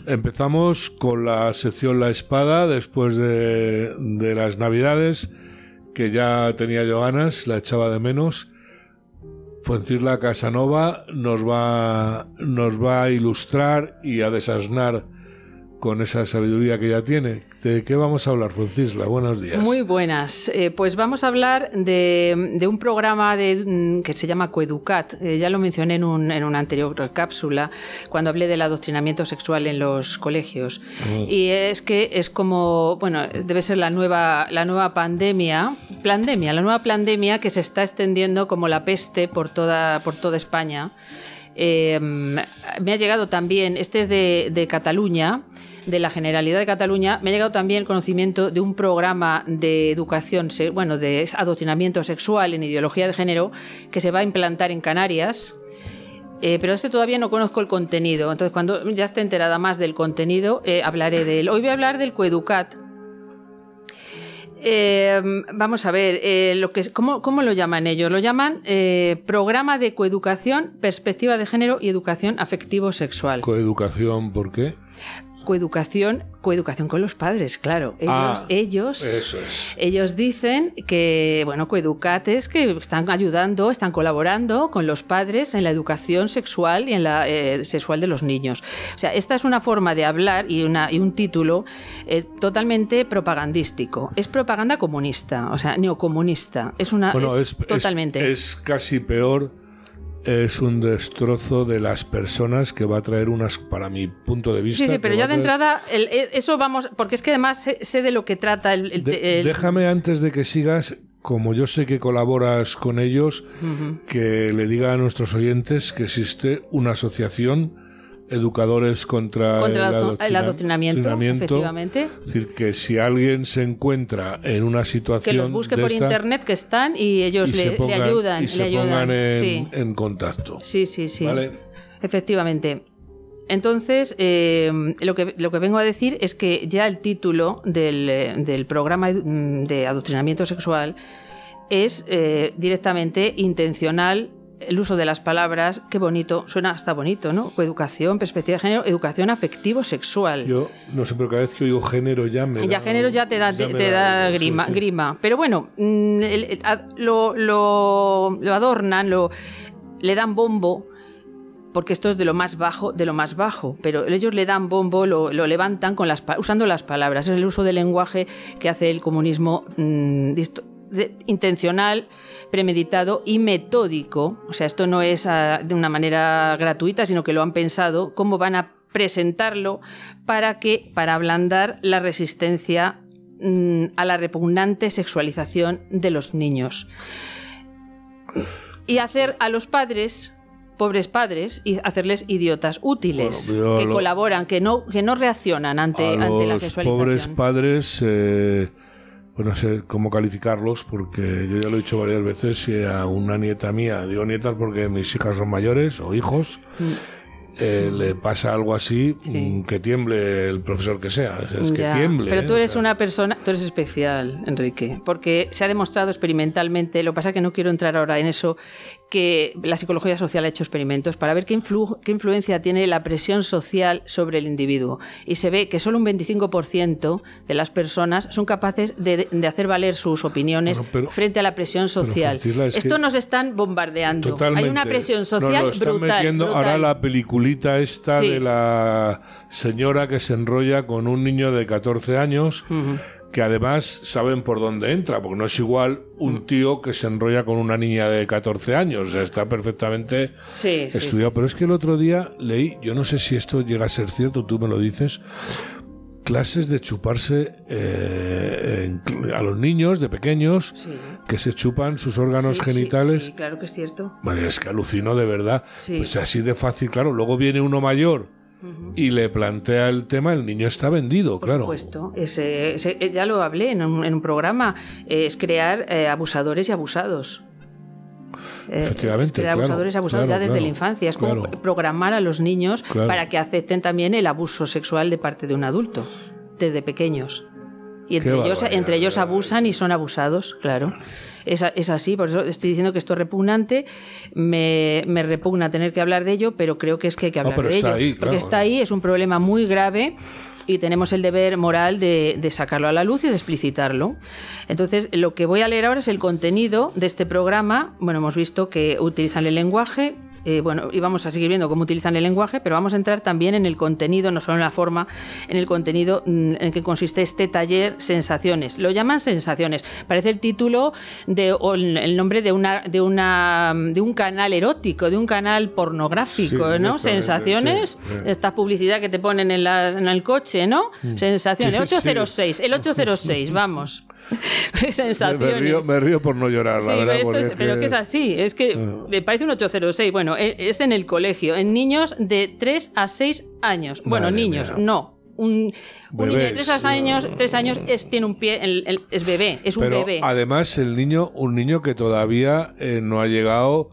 Empezamos con la sección La Espada después de las Navidades, que ya tenía yo ganas, la echaba de menos. Fuencisla Casanova nos va a ilustrar y a desasnar con esa sabiduría que ya tiene. ¿De qué vamos a hablar, Fuencisla? Buenos días. Muy buenas. Pues vamos a hablar de un programa que se llama Coeducat. Ya lo mencioné en una anterior cápsula, cuando hablé del adoctrinamiento sexual en los colegios. Y es que es como, bueno, debe ser la nueva pandemia que se está extendiendo como la peste por toda España. Me ha llegado también, este es de Cataluña, de la Generalidad de Cataluña, me ha llegado también el conocimiento de un programa de educación, de adoctrinamiento sexual en ideología de género que se va a implantar en Canarias. Pero todavía no conozco el contenido, entonces cuando ya esté enterada más del contenido hablaré de él. Hoy voy a hablar del Coeducat. Vamos a ver, ¿cómo lo llaman ellos? Lo llaman Programa de Coeducación, Perspectiva de Género y Educación Afectivo-Sexual. ¿Coeducación por qué? Coeducación con los padres, claro. Ellos dicen que, bueno, Coeducat es que están colaborando con los padres en la educación sexual y en la sexual de los niños. O sea, esta es una forma de hablar y un título totalmente propagandístico. Es propaganda comunista, o sea, neocomunista. Totalmente. Es casi peor. Es un destrozo de las personas que va a traer para mi punto de vista. Sí, pero ya de entrada, eso vamos, porque es que además sé de lo que trata Déjame, antes de que sigas, como yo sé que colaboras con ellos, que le diga a nuestros oyentes que existe una asociación, Educadores contra el adoctrinamiento, efectivamente. Es decir, que si alguien se encuentra en una situación, que los busque por internet, que están, y ellos le ayudan. Y se pongan en contacto. Sí. ¿Vale? Efectivamente. Entonces, lo que vengo a decir es que ya el título del programa de adoctrinamiento sexual es directamente intencional. El uso de las palabras, qué bonito, suena hasta bonito, ¿no? Coeducación, perspectiva de género, educación afectivo-sexual. Yo no sé, pero cada vez que oigo género ya me da... género ya te da grima. Pero bueno, lo adornan, le dan bombo, porque esto es de lo más bajo, pero ellos le dan bombo, lo levantan usando las palabras. Es el uso del lenguaje que hace el comunismo intencional, premeditado y metódico. O sea, esto no es de una manera gratuita, sino que lo han pensado cómo van a presentarlo para ablandar la resistencia a la repugnante sexualización de los niños y hacer a los padres, pobres padres, y hacerles idiotas útiles, que colaboran, que no reaccionan ante la sexualización. Pobres padres, pues no sé cómo calificarlos, porque yo ya lo he dicho varias veces, si a una nieta mía, digo nietas porque mis hijas son mayores o hijos, le pasa algo así, que tiemble el profesor que sea, que tiemble. Pero tú eres una persona, tú eres especial, Enrique, porque se ha demostrado experimentalmente, lo que pasa es que no quiero entrar ahora en eso, que la psicología social ha hecho experimentos para ver qué influencia tiene la presión social sobre el individuo. Y se ve que solo un 25% de las personas son capaces de hacer valer sus opiniones frente a la presión social. Esto nos están bombardeando. Totalmente. Hay una presión social brutal. Ahora la peliculita esta de la señora que se enrolla con un niño de 14 años... que además saben por dónde entra, porque no es igual un tío que se enrolla con una niña de 14 años, o sea, está perfectamente estudiado. Pero es que el otro día leí, yo no sé si esto llega a ser cierto, tú me lo dices, clases de chuparse a los niños de pequeños, que se chupan sus órganos genitales. Sí, claro que es cierto. Bueno, es que alucino de verdad. Pues así de fácil, claro, luego viene uno mayor y le plantea el tema, el niño está vendido, claro. Por supuesto, ya lo hablé en un programa, es crear abusadores y abusados. Efectivamente, crear abusadores y abusados ya desde la infancia, es como programar a los niños para que acepten también el abuso sexual de parte de un adulto, desde pequeños. Y entre ellos abusan y son abusados, claro. Es así, por eso estoy diciendo que esto es repugnante. Me repugna tener que hablar de ello, pero creo que hay que hablar de ello. Ahí, porque está ahí, es un problema muy grave y tenemos el deber moral de sacarlo a la luz y de explicitarlo. Entonces, lo que voy a leer ahora es el contenido de este programa. Bueno, hemos visto que utilizan el lenguaje. Y vamos a seguir viendo cómo utilizan el lenguaje, pero vamos a entrar también en el contenido, no solo en la forma, en el contenido en que consiste este taller Sensaciones. Lo llaman Sensaciones. Parece el título o el nombre de un canal erótico, de un canal pornográfico, ¿no? Sensaciones, esta publicidad que te ponen en el coche, ¿no? Sensaciones. El 806, vamos. Sensaciones. Me río por no llorar, la verdad. Pero que es así, es que me parece un 806. Bueno, es en el colegio, en niños de 3 a 6 años. Bueno, Madre niños, mía. No. Un niño de 3 años tiene un pie, es bebé, es un bebé. Además, un niño que todavía no ha llegado.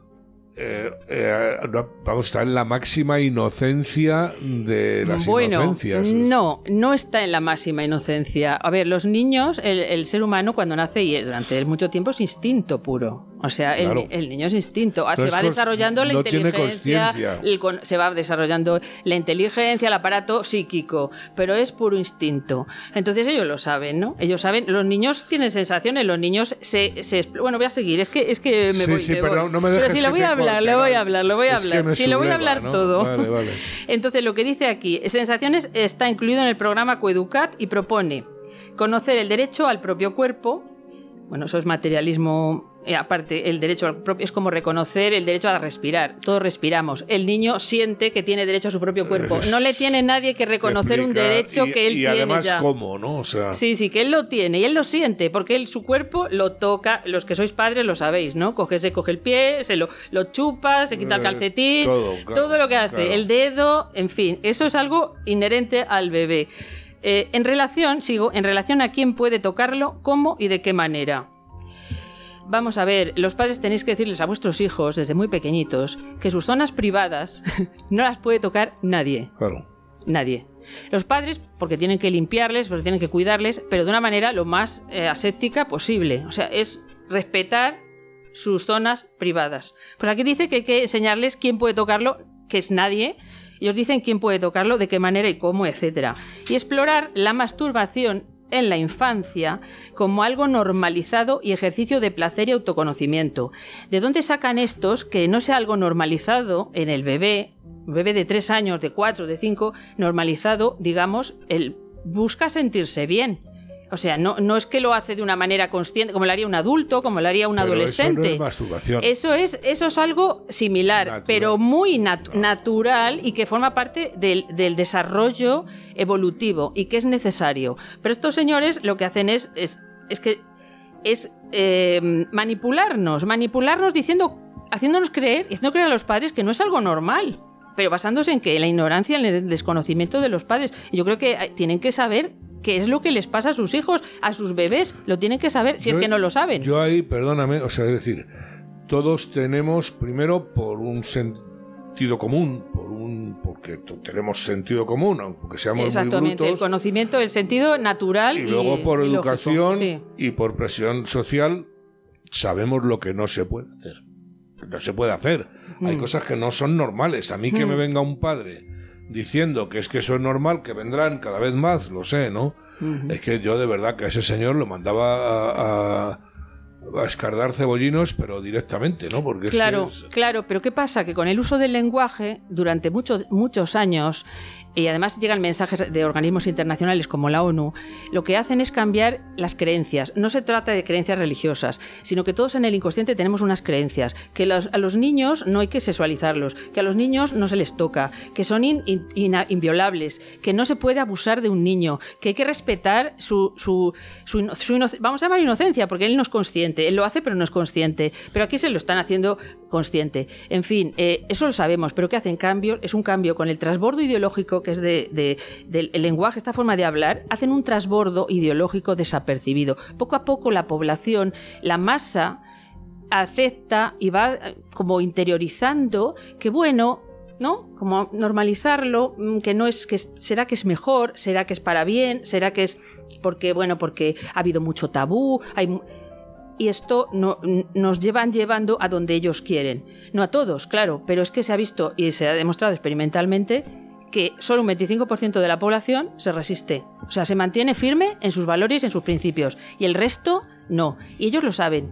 Vamos a estar en la máxima inocencia de las inocencias. No está en la máxima inocencia. A ver, los niños, el ser humano cuando nace y durante mucho tiempo es instinto puro. O sea, claro. el niño es instinto. Se va desarrollando la inteligencia, se va desarrollando la inteligencia, el aparato psíquico, pero es puro instinto. Entonces ellos lo saben, ¿no? Ellos saben, los niños tienen sensaciones, los niños bueno, voy a seguir, es que me voy. Perdón, no me dejes. Pero si lo voy a hablar, lo voy a hablar. Si lo voy a hablar ¿no? todo. Vale. Entonces, lo que dice aquí, Sensaciones está incluido en el programa Coeducat y propone conocer el derecho al propio cuerpo. Bueno, eso es materialismo. Aparte, el derecho al propio es como reconocer el derecho a respirar. Todos respiramos. El niño siente que tiene derecho a su propio cuerpo. No le tiene nadie que reconocer un derecho que él tiene. Y además, ya. ¿cómo, no? O sea... Sí, que él lo tiene y él lo siente, porque él su cuerpo lo toca. Los que sois padres lo sabéis, ¿no? Coge el pie, se lo chupa, se quita el calcetín, todo lo que hace. Claro. El dedo, en fin. Eso es algo inherente al bebé. En relación a quién puede tocarlo, cómo y de qué manera. Vamos a ver, los padres tenéis que decirles a vuestros hijos desde muy pequeñitos que sus zonas privadas no las puede tocar nadie. Claro. Nadie. Los padres, porque tienen que limpiarles, porque tienen que cuidarles, pero de una manera lo más aséptica posible. O sea, es respetar sus zonas privadas. Pues aquí dice que hay que enseñarles quién puede tocarlo, que es nadie. Ellos dicen quién puede tocarlo, de qué manera y cómo, etcétera. Y explorar la masturbación en la infancia como algo normalizado y ejercicio de placer y autoconocimiento. ¿De dónde sacan estos que no sea algo normalizado en el bebé de 3 años, de 4, de 5, normalizado, digamos, el busca sentirse bien? O sea, no es que lo hace de una manera consciente, como lo haría un adulto, como lo haría un adolescente. Eso no es masturbación. Eso es algo similar, natural. Pero muy natural y que forma parte del desarrollo evolutivo y que es necesario. Pero estos señores lo que hacen es manipularnos haciéndonos creer a los padres que no es algo normal. Pero basándose en que la ignorancia, en el desconocimiento de los padres. Yo creo que tienen que saber qué es lo que les pasa a sus hijos, a sus bebés. Lo tienen que saber, es que no lo saben. Yo ahí, perdóname, o sea, es decir, todos tenemos, primero, por un sentido común, porque tenemos sentido común, aunque seamos muy brutos. El conocimiento, el sentido natural y luego por educación sí. Y por presión social sabemos lo que no se puede hacer. No se puede hacer. Hay cosas que no son normales. A mí que me venga un padre diciendo que eso es normal, que vendrán cada vez más, lo sé, ¿no? Es que yo de verdad que a ese señor lo mandaba a escardar cebollinos, pero directamente, ¿no? Porque claro, pero ¿qué pasa? Que con el uso del lenguaje durante muchos años, y además llegan mensajes de organismos internacionales como la ONU, lo que hacen es cambiar las creencias. No se trata de creencias religiosas, sino que todos en el inconsciente tenemos unas creencias, que a los niños no hay que sexualizarlos, que a los niños no se les toca, que son inviolables, que no se puede abusar de un niño, que hay que respetar su vamos a llamar inocencia, porque él no es consciente, él lo hace pero no es consciente, pero aquí se lo están haciendo consciente. En fin, eso lo sabemos, pero ¿qué hacen? Es un cambio con el transbordo ideológico que es del lenguaje, esta forma de hablar, hacen un transbordo ideológico desapercibido. Poco a poco la población, la masa, acepta y va como interiorizando que, bueno, ¿no? Como normalizarlo, que no es que será que es mejor, será que es para bien, será que es porque ha habido mucho tabú, y esto nos llevando a donde ellos quieren. No a todos, claro, pero es que se ha visto y se ha demostrado experimentalmente que solo un 25% de la población se resiste. O sea, se mantiene firme en sus valores y en sus principios. Y el resto, no. Y ellos lo saben.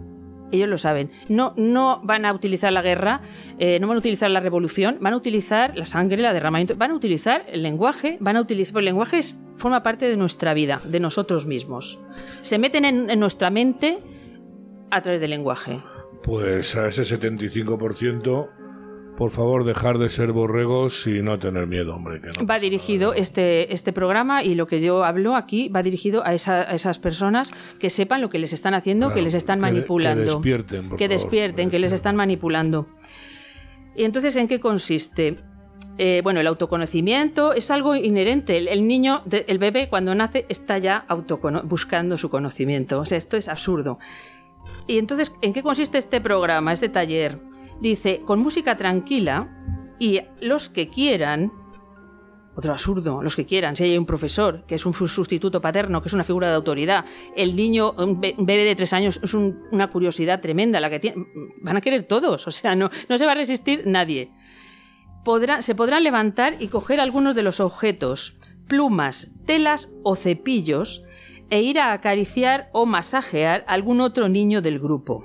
No van a utilizar la guerra, no van a utilizar la revolución, van a utilizar la sangre, el derramamiento, van a utilizar el lenguaje, el lenguaje forma parte de nuestra vida, de nosotros mismos. Se meten en nuestra mente a través del lenguaje. Pues a ese 75%, por favor, dejar de ser borregos y no tener miedo, hombre. Que no va dirigido este programa, y lo que yo hablo aquí va dirigido a esas personas que sepan lo que les están haciendo, claro, que les están manipulando. Que despierten, que les están manipulando. Y entonces, ¿en qué consiste? El autoconocimiento es algo inherente. El niño, el bebé, cuando nace, está ya buscando su conocimiento. O sea, esto es absurdo. Y entonces, ¿en qué consiste este programa, este taller? Dice, con música tranquila, y los que quieran, otro absurdo, los que quieran, si hay un profesor que es un sustituto paterno, que es una figura de autoridad, el niño, un bebé de 3 años, es una curiosidad tremenda la que tiene, van a querer todos, o sea, no se va a resistir nadie. Se podrán levantar y coger algunos de los objetos, plumas, telas o cepillos, e ir a acariciar o masajear a algún otro niño del grupo.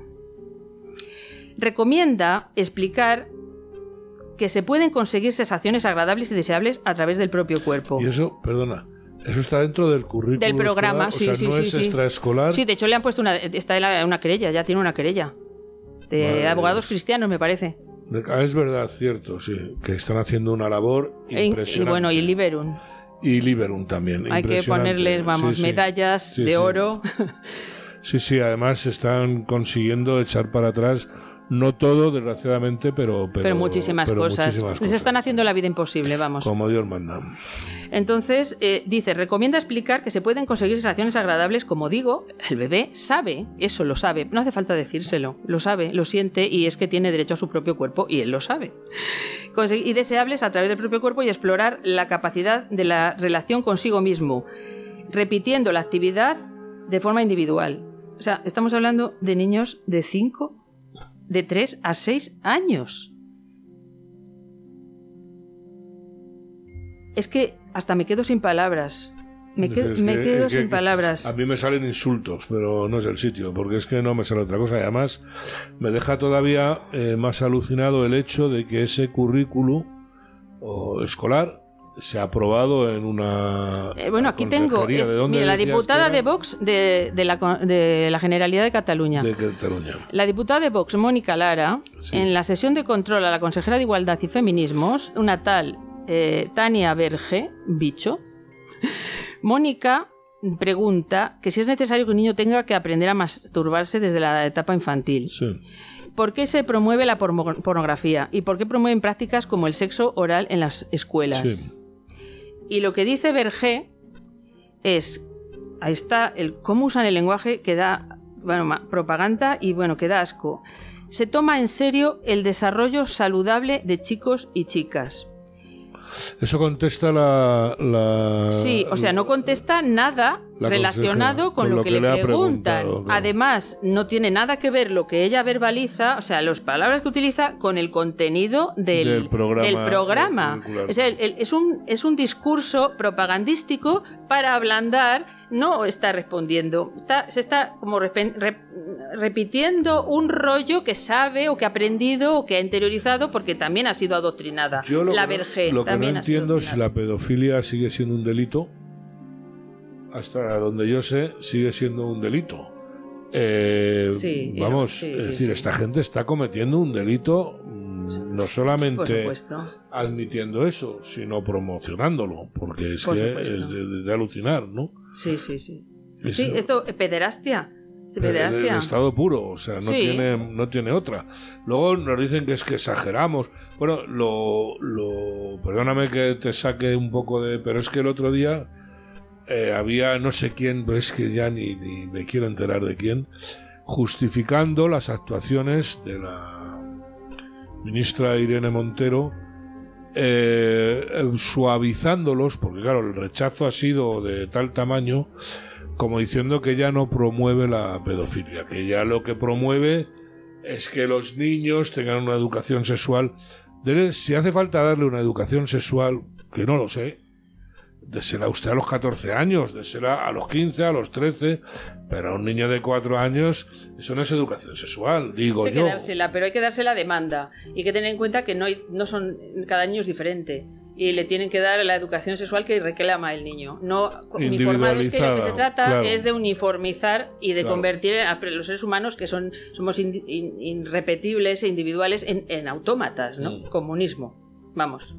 Recomienda explicar que se pueden conseguir sensaciones agradables y deseables a través del propio cuerpo. Y eso, perdona, eso está dentro del currículum del programa, escolar, no es extraescolar. Sí, de hecho le han puesto una querella, ya tiene una querella de abogados cristianos, me parece. Es verdad, cierto, sí, que están haciendo una labor impresionante. Y Liberum. Y Liberum también. Hay que ponerles, medallas de oro. Sí, además están consiguiendo echar para atrás, no todo, desgraciadamente, pero muchísimas cosas. Les están haciendo la vida imposible, vamos. Como Dios manda. Entonces, recomienda explicar que se pueden conseguir sensaciones agradables, como digo, el bebé sabe, eso lo sabe, no hace falta decírselo, lo sabe, lo siente, y es que tiene derecho a su propio cuerpo, y él lo sabe. Y deseables a través del propio cuerpo, y explorar la capacidad de la relación consigo mismo, repitiendo la actividad de forma individual. O sea, estamos hablando de niños de 3 a 6 años. Es que hasta me quedo sin palabras. Me quedo sin palabras. A mí me salen insultos, pero no es el sitio, porque es que no me sale otra cosa. Y además me deja todavía más alucinado el hecho de que ese currículo escolar se ha aprobado en una aquí tengo la diputada de Vox de la Generalidad de Cataluña. La diputada de Vox, Mónica Lara, en la sesión de control a la consejera de Igualdad y Feminismos, una tal Tania Berge, bicho, Mónica pregunta que si es necesario que un niño tenga que aprender a masturbarse desde la etapa infantil. Sí. ¿Por qué se promueve la pornografía? ¿Y por qué promueven prácticas como el sexo oral en las escuelas? Sí. Y lo que dice Berge es, ahí está, cómo usan el lenguaje que da propaganda y que da asco. Se toma en serio el desarrollo saludable de chicos y chicas. Eso contesta Sí, o sea, no contesta nada relacionado con lo que le preguntan. Claro. Además, no tiene nada que ver lo que ella verbaliza, o sea, las palabras que utiliza, con el contenido del programa. O sea, es un discurso propagandístico para ablandar, no está respondiendo. Se está como repitiendo un rollo que sabe o que ha aprendido o que ha interiorizado porque también ha sido adoctrinada. La Berge también no entiendo si la pedofilia sigue siendo un delito. Hasta donde yo sé, sigue siendo un delito. Esta gente está cometiendo un delito, no solamente admitiendo eso, sino promocionándolo, porque es de alucinar, ¿no? Sí. Esto es pederastia. El estado puro, o sea, no tiene otra. Luego nos dicen que es que exageramos. Bueno, perdóname que te saque un poco pero es que el otro día había no sé quién, pero es que ya ni me quiero enterar de quién, justificando las actuaciones de la ministra Irene Montero suavizándolos, porque claro, el rechazo ha sido de tal tamaño como diciendo que ya no promueve la pedofilia, que ya lo que promueve es que los niños tengan una educación sexual. Si hace falta darle una educación sexual, que no lo sé, désela usted a los 14 años, désela a los 15, a los 13, pero a un niño de 4 años eso no es educación sexual, digo yo. Pero hay que dársela a demanda, y hay que tener en cuenta que no son, cada niño es diferente, y le tienen que dar la educación sexual que reclama el niño, no uniformado. Es que lo que se trata es de uniformizar y de convertir a los seres humanos, que somos irrepetibles e individuales, en autómatas, ¿no? Comunismo, vamos.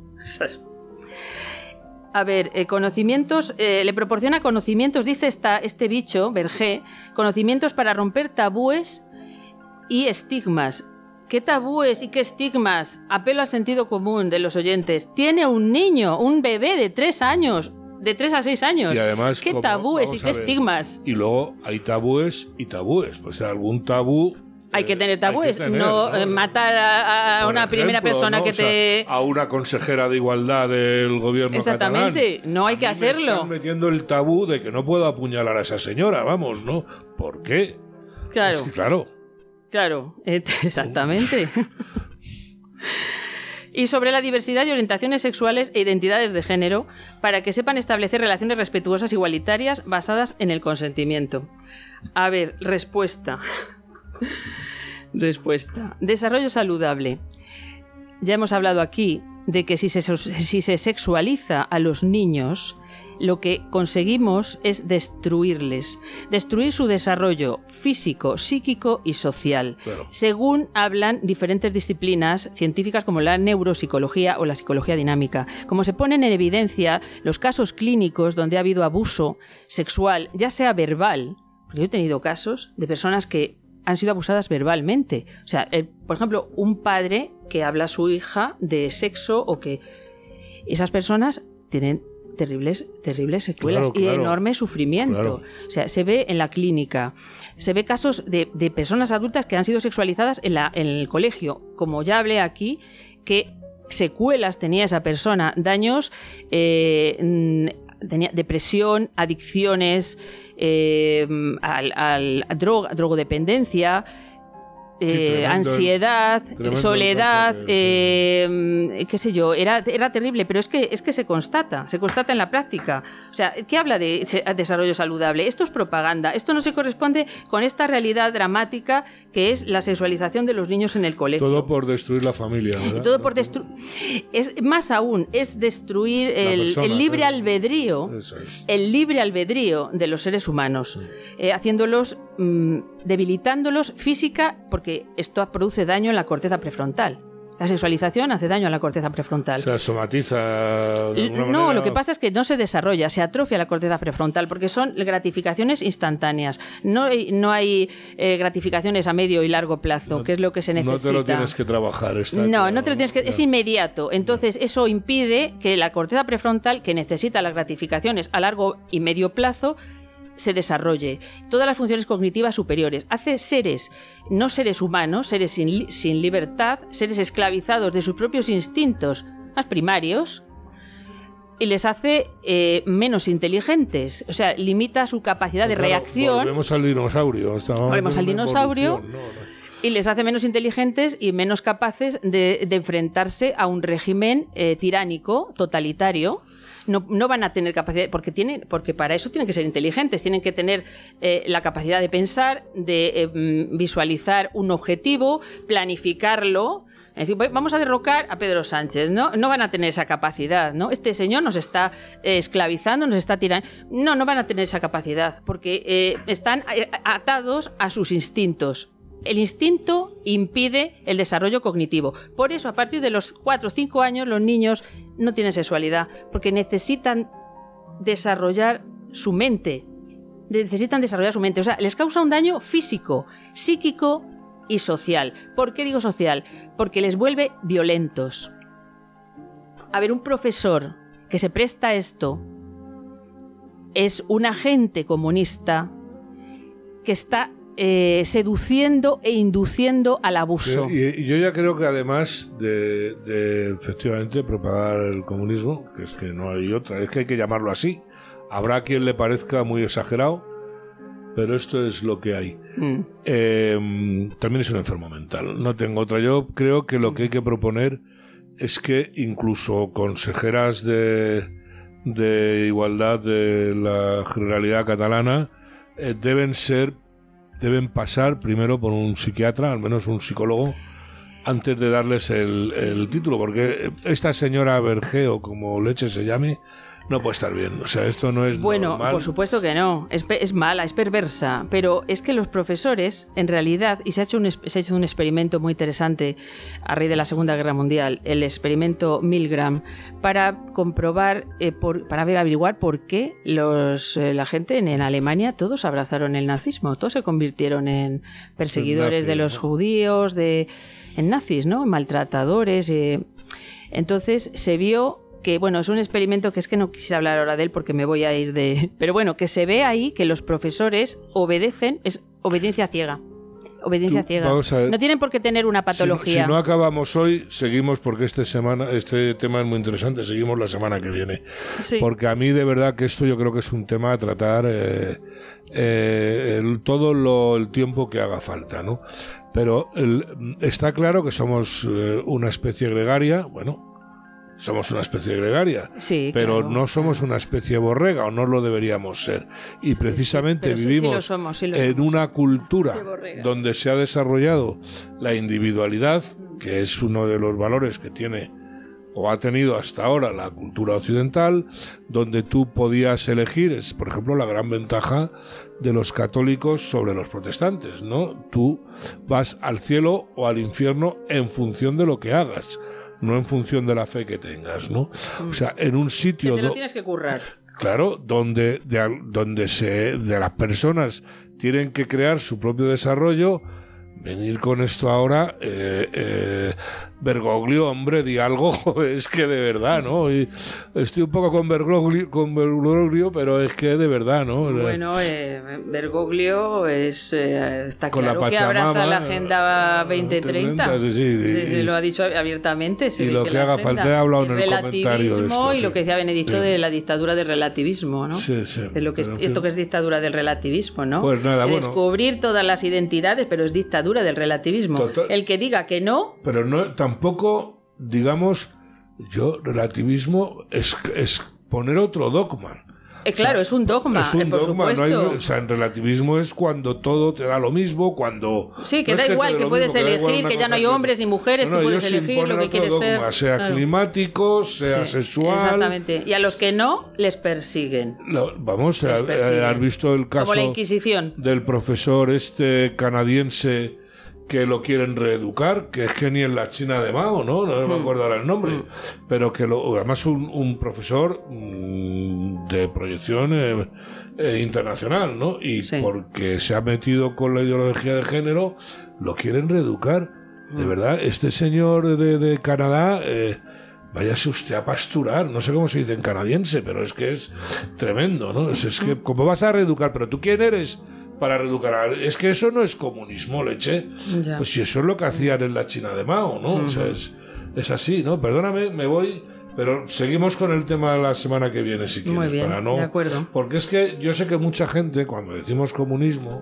A ver, conocimientos, le proporciona conocimientos, dice este bicho, Berger, conocimientos para romper tabúes y estigmas. ¿Qué tabúes y qué estigmas? Apelo al sentido común de los oyentes. Tiene un niño, un bebé de 3 años, de 3 a 6 años. Y además, ¿qué tabúes y qué estigmas? Y luego hay tabúes y tabúes. Pues algún tabú... Hay que tener tabúes, no matar a una primera persona que te... a una consejera de igualdad del gobierno catalán. Exactamente, no hay que hacerlo. Me están metiendo el tabú de que no puedo apuñalar a esa señora, vamos, ¿no? ¿Por qué? Claro. Es que, claro. Claro, exactamente. Y sobre la diversidad de orientaciones sexuales e identidades de género, para que sepan establecer relaciones respetuosas e igualitarias basadas en el consentimiento. A ver, respuesta. Desarrollo saludable. Ya hemos hablado aquí de que si se sexualiza a los niños, lo que conseguimos es destruir su desarrollo físico, psíquico y social, claro, según hablan diferentes disciplinas científicas como la neuropsicología o la psicología dinámica. Como se ponen en evidencia los casos clínicos donde ha habido abuso sexual, ya sea verbal, porque yo he tenido casos de personas que han sido abusadas verbalmente. O sea, por ejemplo, un padre que habla a su hija de sexo, o que esas personas tienen terribles secuelas, claro, y enorme sufrimiento. Claro. O sea, se ve en la clínica, se ve casos de personas adultas que han sido sexualizadas en el colegio. Como ya hablé aquí, qué secuelas tenía esa persona, daños, tenía depresión, adicciones, drogodependencia, ansiedad, soledad, qué sé yo, era terrible, pero es que se constata en la práctica. O sea, ¿qué habla de desarrollo saludable? Esto es propaganda, esto no se corresponde con esta realidad dramática que es la sexualización de los niños en el colegio. Todo por destruir la familia, ¿verdad? Todo por es más aún, es destruir el libre albedrío, el libre albedrío de los seres humanos, haciéndolos, debilitándolos física, porque esto produce daño en la corteza prefrontal. La sexualización hace daño a la corteza prefrontal. O sea, somatiza de alguna No, manera. lo que pasa es que no se desarrolla, se atrofia la corteza prefrontal, porque son gratificaciones instantáneas. No hay gratificaciones a medio y largo plazo, que es lo que se necesita. No te lo tienes que trabajar. No te lo tienes que... Es inmediato. Entonces, eso impide que la corteza prefrontal, que necesita las gratificaciones a largo y medio plazo, se desarrolle. Todas las funciones cognitivas superiores. Hace no seres humanos, seres sin libertad, seres esclavizados de sus propios instintos más primarios, y les hace menos inteligentes. O sea, limita su capacidad de reacción. Volvemos al dinosaurio. Y les hace menos inteligentes y menos capaces de enfrentarse a un régimen tiránico, totalitario. No van a tener capacidad, porque para eso tienen que ser inteligentes, tienen que tener la capacidad de pensar, de visualizar un objetivo, planificarlo. Es decir, vamos a derrocar a Pedro Sánchez, ¿no? No van a tener esa capacidad, ¿no? Este señor nos está esclavizando, nos está tirando. No van a tener esa capacidad, porque están atados a sus instintos. El instinto impide el desarrollo cognitivo. Por eso, a partir de los 4 o 5 años, los niños no tienen sexualidad, porque necesitan desarrollar su mente. O sea, les causa un daño físico, psíquico y social. ¿Por qué digo social? Porque les vuelve violentos. A ver, un profesor que se presta a esto es un agente comunista que está seduciendo e induciendo al abuso. Y yo ya creo que además de efectivamente propagar el comunismo, que es que no hay otra, es que hay que llamarlo así. Habrá quien le parezca muy exagerado, pero esto es lo que hay. También es un enfermo mental, no tengo otra. Yo creo que lo que hay que proponer es que incluso consejeras de igualdad de la Generalidad Catalana deben pasar primero por un psiquiatra, al menos un psicólogo, antes de darles el título, porque esta señora Bergeo, como leche se llame, no puede estar bien. O sea, esto no es normal. Por supuesto que no. Es mala, es perversa. Pero es que los profesores, en realidad, y se ha hecho un experimento muy interesante a raíz de la Segunda Guerra Mundial, el experimento Milgram, para comprobar, para averiguar por qué la gente en Alemania todos abrazaron el nazismo, todos se convirtieron en perseguidores de los judíos, en nazis, ¿no? Maltratadores. Entonces se vio que, bueno, es un experimento que es que no quisiera hablar ahora de él porque me voy a ir de... Pero bueno, que se ve ahí que los profesores obedecen, es obediencia ciega. Obediencia ciega. No tienen por qué tener una patología. Si no acabamos hoy, seguimos porque este tema es muy interesante, seguimos la semana que viene. Sí. Porque a mí de verdad que esto yo creo que es un tema a tratar todo el tiempo que haga falta, ¿no? Pero está claro que somos una especie gregaria, bueno... Somos una especie gregaria, sí, pero claro, no somos una especie borrega, o no lo deberíamos ser. Y precisamente vivimos en una cultura donde se ha desarrollado la individualidad, que es uno de los valores que tiene o ha tenido hasta ahora la cultura occidental, donde tú podías elegir, es por ejemplo la gran ventaja de los católicos sobre los protestantes, ¿no? Tú vas al cielo o al infierno en función de lo que hagas, no en función de la fe que tengas, ¿no? O sea, en un sitio... Que te lo tienes que currar. Claro, donde las personas tienen que crear su propio desarrollo. Venir con esto ahora, Bergoglio, hombre, di algo, es que de verdad, ¿no? Y estoy un poco con Bergoglio, pero es que de verdad, ¿no? Bueno, Bergoglio está claro que abraza la Agenda 2030. Sí, lo ha dicho abiertamente. Y lo que haga falta, he hablado en el comentario de esto. Y lo que decía Benedicto de la dictadura del relativismo, ¿no? Sí. De lo que esto que es dictadura del relativismo, ¿no? Pues nada, bueno. Descubrir todas las identidades, pero es dictadura del relativismo. Total. El que diga que no... Pero no, tampoco, digamos, relativismo es poner otro dogma. Claro, es un dogma, por supuesto. No hay, en relativismo es cuando todo te da lo mismo, cuando... Sí, que da igual, que puedes elegir, que ya no hay hombres ni mujeres, tú puedes elegir lo que quieres dogma, ser. Sea climático, sea sexual... Exactamente, y a los que no, les persiguen. ¿Has visto el caso como la Inquisición del profesor canadiense que lo quieren reeducar, que es que ni en la China de Mao, no me acuerdo ahora el nombre, pero que además un profesor de proyección internacional, ¿no? Y porque se ha metido con la ideología de género, lo quieren reeducar. De verdad, este señor de Canadá, váyase usted a pasturar, no sé cómo se dice en canadiense, pero es que es tremendo, ¿no? Es que, ¿cómo vas a reeducar? ¿Pero tú quién eres para reeducar? Es que eso no es comunismo, leche. Ya. Pues si eso es lo que hacían en la China de Mao, ¿no? O sea, es así, ¿no? Perdóname, me voy, pero seguimos con el tema la semana que viene, si quieres. Muy bien, para no... de acuerdo. Porque es que yo sé que mucha gente, cuando decimos comunismo,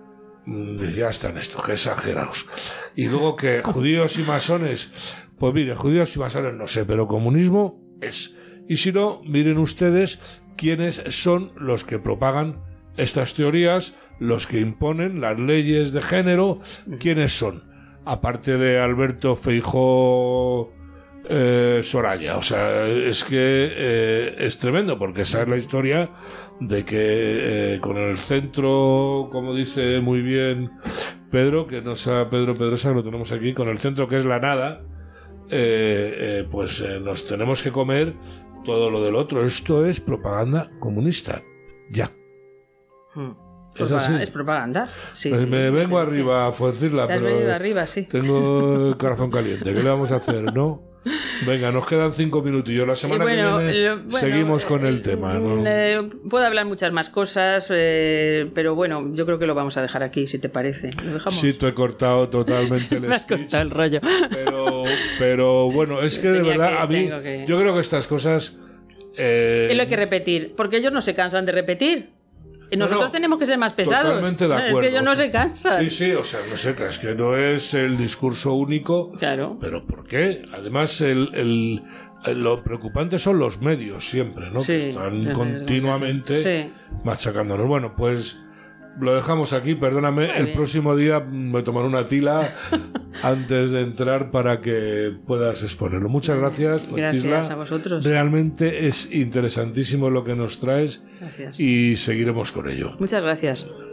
ya están estos, que exagerados. Y luego que judíos y masones, pues mire, judíos y masones no sé, pero comunismo es. Y si no, miren ustedes quiénes son los que propagan estas teorías, los que imponen las leyes de género, ¿quiénes son? Aparte de Alberto Feijóo, Soraya. O sea, es que es tremendo, porque esa es la historia de que con el centro, como dice muy bien Pedro, que no sea Pedro Pedrosa, lo tenemos aquí, con el centro que es la nada, nos tenemos que comer todo lo del otro. Esto es propaganda comunista. Ya. ¿Es así? Es propaganda. Sí, pues sí, me vengo arriba a Fuencisla, pero... venido arriba, sí. Tengo el corazón caliente. ¿Qué le vamos a hacer, no? Venga, nos quedan 5 minutillos. La semana que viene seguimos con el tema, ¿no? Puedo hablar muchas más cosas, pero bueno, yo creo que lo vamos a dejar aquí, si te parece. ¿Lo dejamos? Sí, te he cortado totalmente el me has cortado el rollo. Pero bueno, es que de verdad, a mí, yo creo que estas cosas... Y lo hay que repetir, porque ellos no se cansan de repetir. Nosotros tenemos que ser más pesados. Totalmente de acuerdo. Es que ellos no se cansan. Sí, o sea, no sé, es que no es el discurso único. Claro. Pero ¿por qué? Además, lo preocupante son los medios siempre, ¿no? Sí, que están continuamente machacándonos. Bueno, pues lo dejamos aquí, perdóname. El próximo día me tomaré una tila antes de entrar para que puedas exponerlo. Muchas gracias, Gracias a vosotros. Realmente es interesantísimo lo que nos traes. Gracias. Y seguiremos con ello. Muchas gracias.